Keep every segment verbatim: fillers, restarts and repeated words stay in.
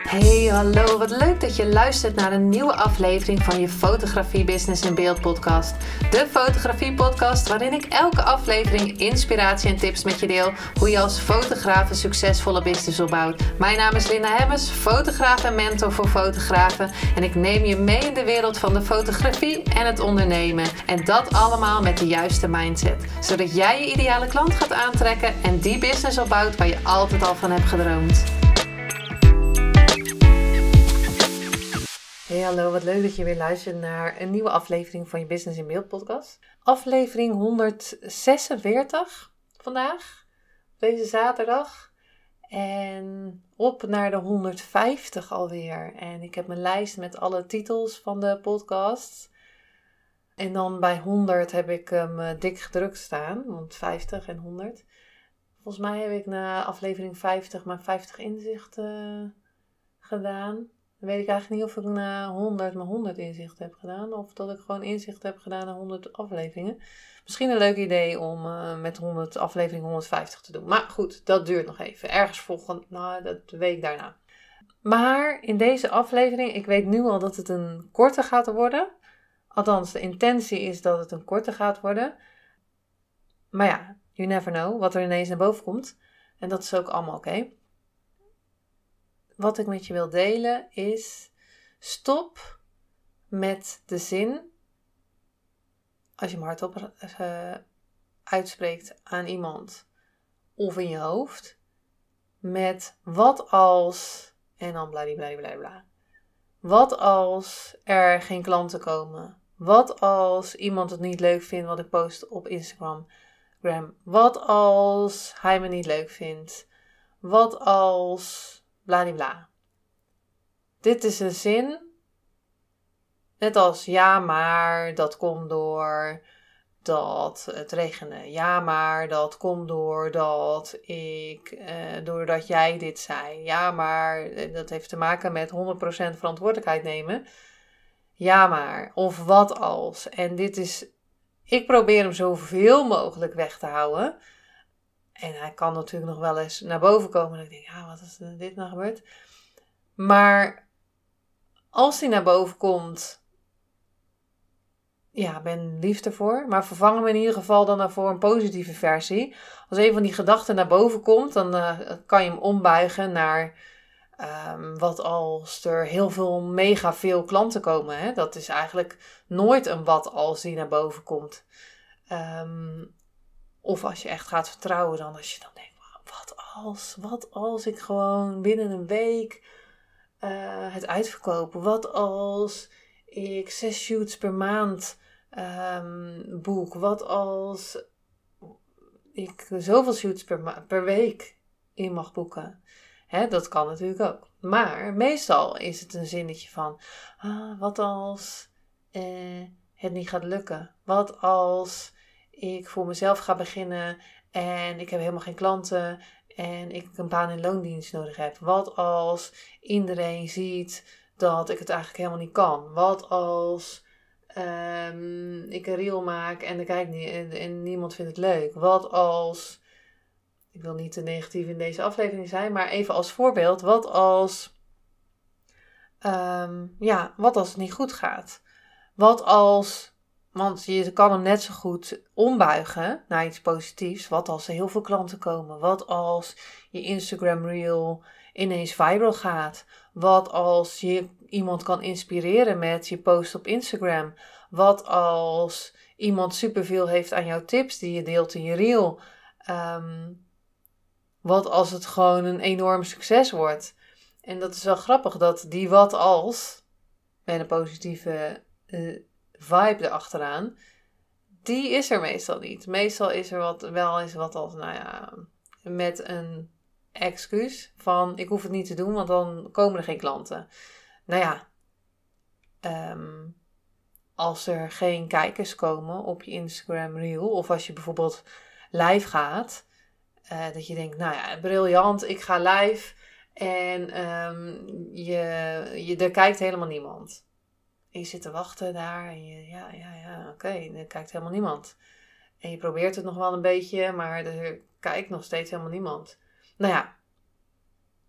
Hey, hallo, wat leuk dat je luistert naar een nieuwe aflevering van je Fotografie Business in Beeld podcast. De fotografie podcast waarin ik elke aflevering inspiratie en tips met je deel hoe je als fotograaf een succesvolle business opbouwt. Mijn naam is Linda Hemmers, fotograaf en mentor voor fotografen en ik neem je mee in de wereld van de fotografie en het ondernemen. En dat allemaal met de juiste mindset, zodat jij je ideale klant gaat aantrekken en die business opbouwt waar je altijd al van hebt gedroomd. Hey, hallo, wat leuk dat je weer luistert naar een nieuwe aflevering van je Business in Beeld podcast. Aflevering honderdzesenveertig vandaag, deze zaterdag. En op naar de honderdvijftig alweer. En ik heb mijn lijst met alle titels van de podcast. En dan bij honderd heb ik hem dik gedrukt staan, want vijftig en honderd. Volgens mij heb ik na aflevering vijftig mijn vijftig inzichten gedaan. Dan weet ik eigenlijk niet of ik na honderd mijn honderd inzichten heb gedaan. Of dat ik gewoon inzichten heb gedaan na honderd afleveringen. Misschien een leuk idee om uh, met honderd aflevering honderdvijftig te doen. Maar goed, dat duurt nog even. Ergens volgende, nou, de week daarna. Maar in deze aflevering, ik weet nu al dat het een korte gaat worden. Althans, de intentie is dat het een korte gaat worden. Maar ja, you never know wat er ineens naar boven komt. En dat is ook allemaal oké. Okay. Wat ik met je wil delen is, stop met de zin, als je hem hardop uh, uitspreekt aan iemand of in je hoofd, met wat als, en dan bladibladibladibla. Wat als er geen klanten komen? Wat als iemand het niet leuk vindt wat ik post op Instagram? Wat als hij me niet leuk vindt? Wat als... bladibla. Dit is een zin, net als ja maar, dat komt door dat het regende. Ja maar, dat komt door dat ik, eh, doordat jij dit zei. Ja maar, dat heeft te maken met honderd procent verantwoordelijkheid nemen. Ja maar, of wat als. En dit is, ik probeer hem zoveel mogelijk weg te houden. En hij kan natuurlijk nog wel eens naar boven komen. En ik denk, ja, wat is dit nou gebeurd? Maar als hij naar boven komt, ja, ben lief ervoor. Maar vervang hem in ieder geval dan voor een positieve versie. Als een van die gedachten naar boven komt, dan uh, kan je hem ombuigen naar um, wat als er heel veel, mega veel klanten komen. Hè? Dat is eigenlijk nooit een wat als die naar boven komt. Um, Of als je echt gaat vertrouwen, dan als je dan denkt, wat als, wat als ik gewoon binnen een week uh, het uitverkopen? Wat als ik zes shoots per maand um, boek? Wat als ik zoveel shoots per, ma- per week in mag boeken? Hè, dat kan natuurlijk ook. Maar meestal is het een zinnetje van, ah, wat als uh, het niet gaat lukken? Wat als... ik voor mezelf ga beginnen en ik heb helemaal geen klanten en ik een baan- en loondienst nodig heb. Wat als iedereen ziet dat ik het eigenlijk helemaal niet kan? Wat als um, ik een reel maak en, kijk niet, en, en niemand vindt het leuk? Wat als, ik wil niet te negatief in deze aflevering zijn, maar even als voorbeeld. Wat als, um, ja, wat als het niet goed gaat? Wat als... want je kan hem net zo goed ombuigen naar iets positiefs. Wat als er heel veel klanten komen? Wat als je Instagram Reel ineens viral gaat? Wat als je iemand kan inspireren met je post op Instagram? Wat als iemand superveel heeft aan jouw tips die je deelt in je Reel? Um, wat als het gewoon een enorm succes wordt? En dat is wel grappig dat die wat als, met een positieve... Uh, vibe erachteraan, die is er meestal niet. Meestal is er wat, wel eens wat als, nou ja, met een excuus van, ik hoef het niet te doen, want dan komen er geen klanten. Nou ja, um, als er geen kijkers komen op je Instagram Reel, of als je bijvoorbeeld live gaat, uh, dat je denkt, nou ja, briljant, ik ga live en um, je, je, er kijkt helemaal niemand. En je zit te wachten daar en je, ja, ja, ja, oké, okay, er kijkt helemaal niemand. En je probeert het nog wel een beetje, maar er kijkt nog steeds helemaal niemand. Nou ja,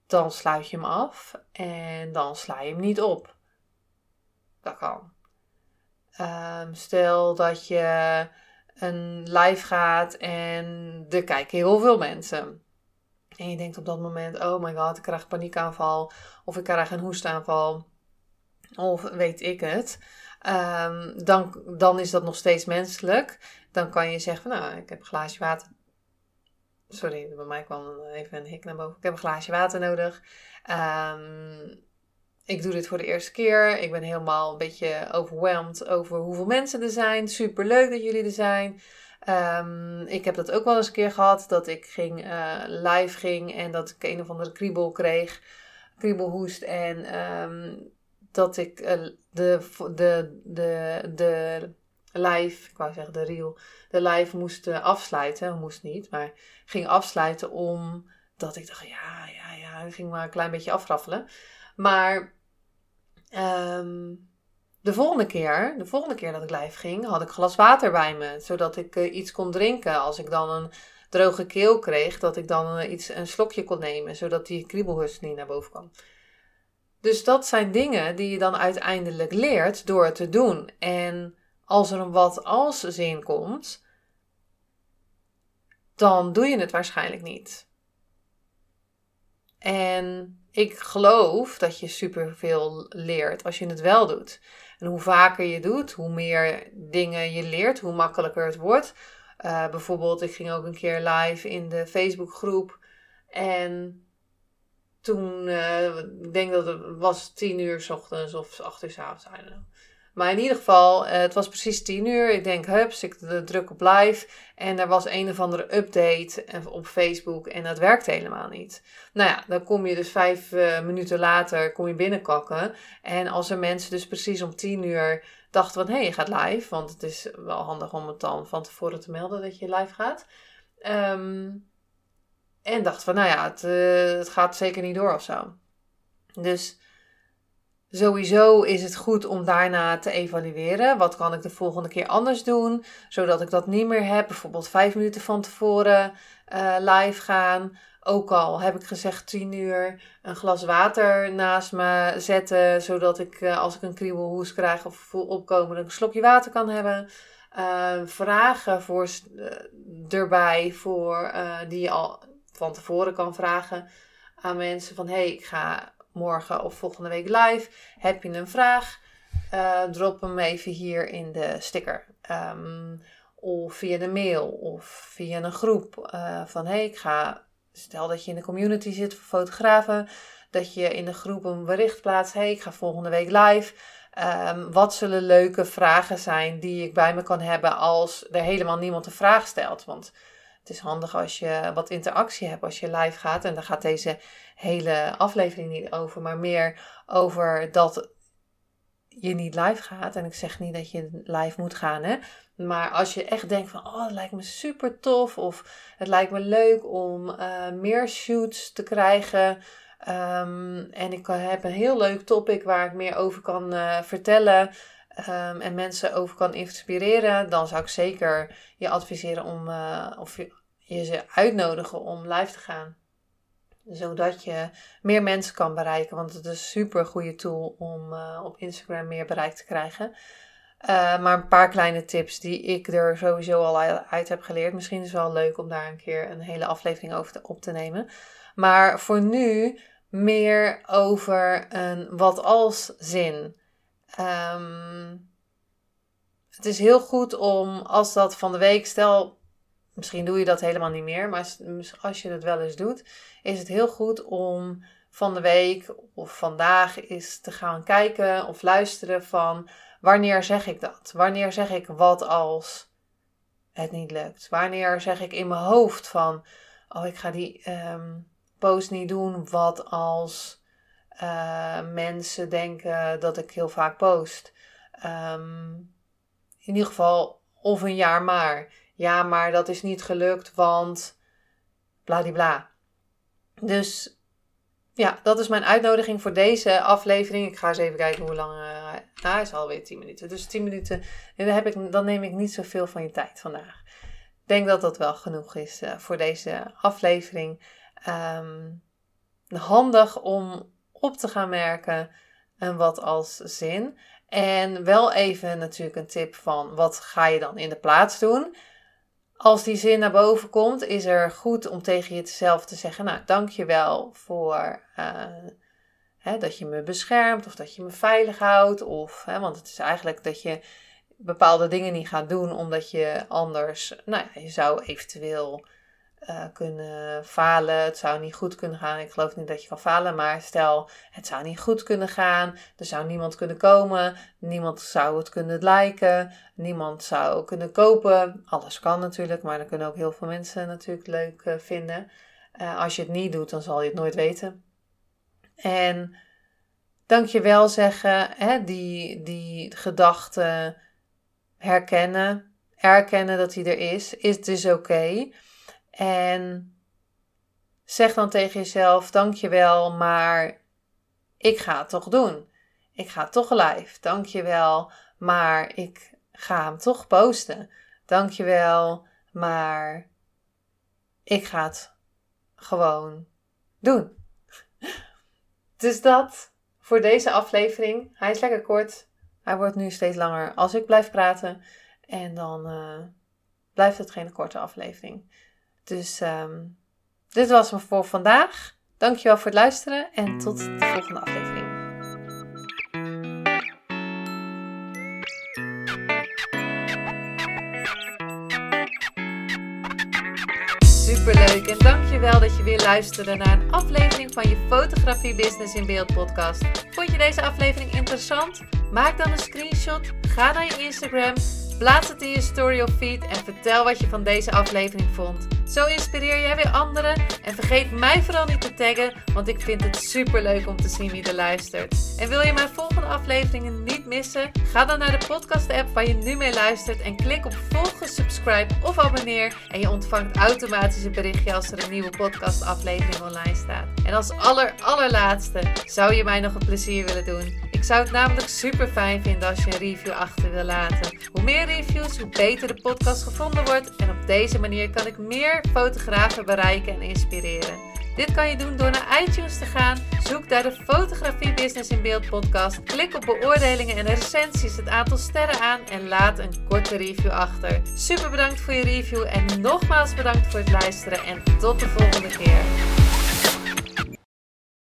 dan sluit je hem af en dan sla je hem niet op. Dat kan. Um, stel dat je een live gaat en er kijken heel veel mensen. En je denkt op dat moment, oh my god, ik krijg een paniekaanval. Of ik krijg een hoestaanval. Of weet ik het. Um, dan, dan is dat nog steeds menselijk. Dan kan je zeggen van, nou, ik heb een glaasje water. Sorry, bij mij kwam even een hik naar boven. Ik heb een glaasje water nodig. Um, ik doe dit voor de eerste keer. Ik ben helemaal een beetje overwhelmed over hoeveel mensen er zijn. Super leuk dat jullie er zijn. Um, ik heb dat ook wel eens een keer gehad. Dat ik ging, uh, live ging en dat ik een of andere kriebel kreeg. Kriebelhoest. En um, dat ik uh, de, de, de, de live, ik wou zeggen de reel, de live moest uh, afsluiten. Moest niet, maar ging afsluiten omdat ik dacht, ja, ja, ja. Ik ging maar een klein beetje afraffelen. Maar um, de volgende keer, de volgende keer dat ik live ging, had ik een glas water bij me. Zodat ik uh, iets kon drinken. Als ik dan een droge keel kreeg, dat ik dan uh, iets, een slokje kon nemen. Zodat die kriebelhust niet naar boven kwam. Dus dat zijn dingen die je dan uiteindelijk leert door het te doen. En als er een wat als zin komt, dan doe je het waarschijnlijk niet. En ik geloof dat je superveel leert als je het wel doet. En hoe vaker je doet, hoe meer dingen je leert, hoe makkelijker het wordt. Uh, bijvoorbeeld, ik ging ook een keer live in de Facebookgroep. En toen, uh, ik denk dat het was tien uur 's ochtends of acht uur 's avonds. Maar in ieder geval, uh, het was precies tien uur. Ik denk, hups, ik druk op live. En er was een of andere update op Facebook. En dat werkte helemaal niet. Nou ja, dan kom je dus vijf uh, minuten later kom je binnenkakken. En als er mensen dus precies om tien uur dachten van, hé, hey, je gaat live. Want het is wel handig om het dan van tevoren te melden dat je live gaat. Um, en dacht van, nou ja, het, uh, het gaat zeker niet door of zo. Dus sowieso is het goed om daarna te evalueren. Wat kan ik de volgende keer anders doen? Zodat ik dat niet meer heb. Bijvoorbeeld vijf minuten van tevoren uh, live gaan. Ook al heb ik gezegd tien uur een glas water naast me zetten. Zodat ik uh, als ik een kriebelhoest krijg of voel opkomen dat ik een slokje water kan hebben. Uh, vragen voor, uh, erbij voor, uh, die je al van tevoren kan vragen aan mensen. Van hey, ik ga morgen of volgende week live. Heb je een vraag? Uh, drop hem even hier in de sticker. Um, of via de mail. Of via een groep. Uh, van hey, ik ga... Stel dat je in de community zit voor fotografen. Dat je in de groep een bericht plaatst. Hey, ik ga volgende week live. Um, wat zullen leuke vragen zijn die ik bij me kan hebben als er helemaal niemand een vraag stelt? Want het is handig als je wat interactie hebt als je live gaat. En daar gaat deze hele aflevering niet over. Maar meer over dat je niet live gaat. En ik zeg niet dat je live moet gaan. Hè? Maar als je echt denkt van, oh, het lijkt me super tof. Of het lijkt me leuk om uh, meer shoots te krijgen. Um, en ik heb een heel leuk topic waar ik meer over kan uh, vertellen. Um, en mensen over kan inspireren. Dan zou ik zeker je adviseren om, uh, of je, je ze uitnodigen om live te gaan. Zodat je meer mensen kan bereiken. Want het is een super goede tool om uh, op Instagram meer bereik te krijgen. Uh, maar een paar kleine tips die ik er sowieso al uit heb geleerd. Misschien is het wel leuk om daar een keer een hele aflevering over te, op te nemen. Maar voor nu meer over een wat als zin. Um, het is heel goed om als dat van de week, stel, misschien doe je dat helemaal niet meer, maar als je het wel eens doet, is het heel goed om van de week of vandaag eens te gaan kijken of luisteren van wanneer zeg ik dat? Wanneer zeg ik wat als het niet lukt? Wanneer zeg ik in mijn hoofd van, oh, ik ga die um, post niet doen, wat als uh, mensen denken dat ik heel vaak post? Um, in ieder geval, of een jaar maar. Ja, maar dat is niet gelukt, want bladibla. Dus ja, dat is mijn uitnodiging voor deze aflevering. Ik ga eens even kijken hoe lang. Uh, nou, hij is alweer tien minuten. Dus tien minuten, dan, heb ik, dan neem ik niet zoveel van je tijd vandaag. Ik denk dat dat wel genoeg is uh, voor deze aflevering. Um, handig om op te gaan merken een wat als zin. En wel even natuurlijk een tip van wat ga je dan in de plaats doen. Als die zin naar boven komt, is er goed om tegen jezelf te zeggen, nou, dankjewel voor uh, hè, dat je me beschermt of dat je me veilig houdt. Of, hè, want het is eigenlijk dat je bepaalde dingen niet gaat doen omdat je anders, nou ja, je zou eventueel uh, kunnen falen. Het zou niet goed kunnen gaan. Ik geloof niet dat je kan falen, maar stel, het zou niet goed kunnen gaan. Er zou niemand kunnen komen. Niemand zou het kunnen liken. Niemand zou kunnen kopen. Alles kan natuurlijk, maar dan kunnen ook heel veel mensen natuurlijk leuk uh, vinden. Uh, als je het niet doet, dan zal je het nooit weten. En dankjewel zeggen, hè, die, die gedachte herkennen, erkennen dat die er is, is dus oké. Okay. En zeg dan tegen jezelf, dankjewel, maar ik ga het toch doen. Ik ga toch live. Dankjewel, maar ik ga hem toch posten. Dankjewel, maar ik ga het gewoon doen. Dus dat voor deze aflevering. Hij is lekker kort. Hij wordt nu steeds langer als ik blijf praten. En dan uh, blijft het geen korte aflevering. Dus um, dit was me voor vandaag. Dankjewel voor het luisteren en tot de volgende aflevering. Superleuk en dankjewel dat je weer luisterde naar een aflevering van je Fotografie Business in Beeld podcast. Vond je deze aflevering interessant? Maak dan een screenshot, ga naar je Instagram, plaats het in je story of feed en vertel wat je van deze aflevering vond. Zo inspireer jij weer anderen en vergeet mij vooral niet te taggen, want ik vind het superleuk om te zien wie er luistert. En wil je mijn volgende afleveringen niet missen? Ga dan naar de podcast app waar je nu mee luistert en klik op volgen, subscribe of abonneer en je ontvangt automatisch een berichtje als er een nieuwe podcast aflevering online staat. En als aller allerlaatste zou je mij nog een plezier willen doen. Ik zou het namelijk super fijn vinden als je een review achter wil laten. Hoe meer reviews, hoe beter de podcast gevonden wordt. En op deze manier kan ik meer fotografen bereiken en inspireren. Dit kan je doen door naar iTunes te gaan. Zoek daar de Fotografie Business in Beeld podcast. Klik op beoordelingen en recensies, het aantal sterren aan en laat een korte review achter. Super bedankt voor je review en nogmaals bedankt voor het luisteren en tot de volgende keer.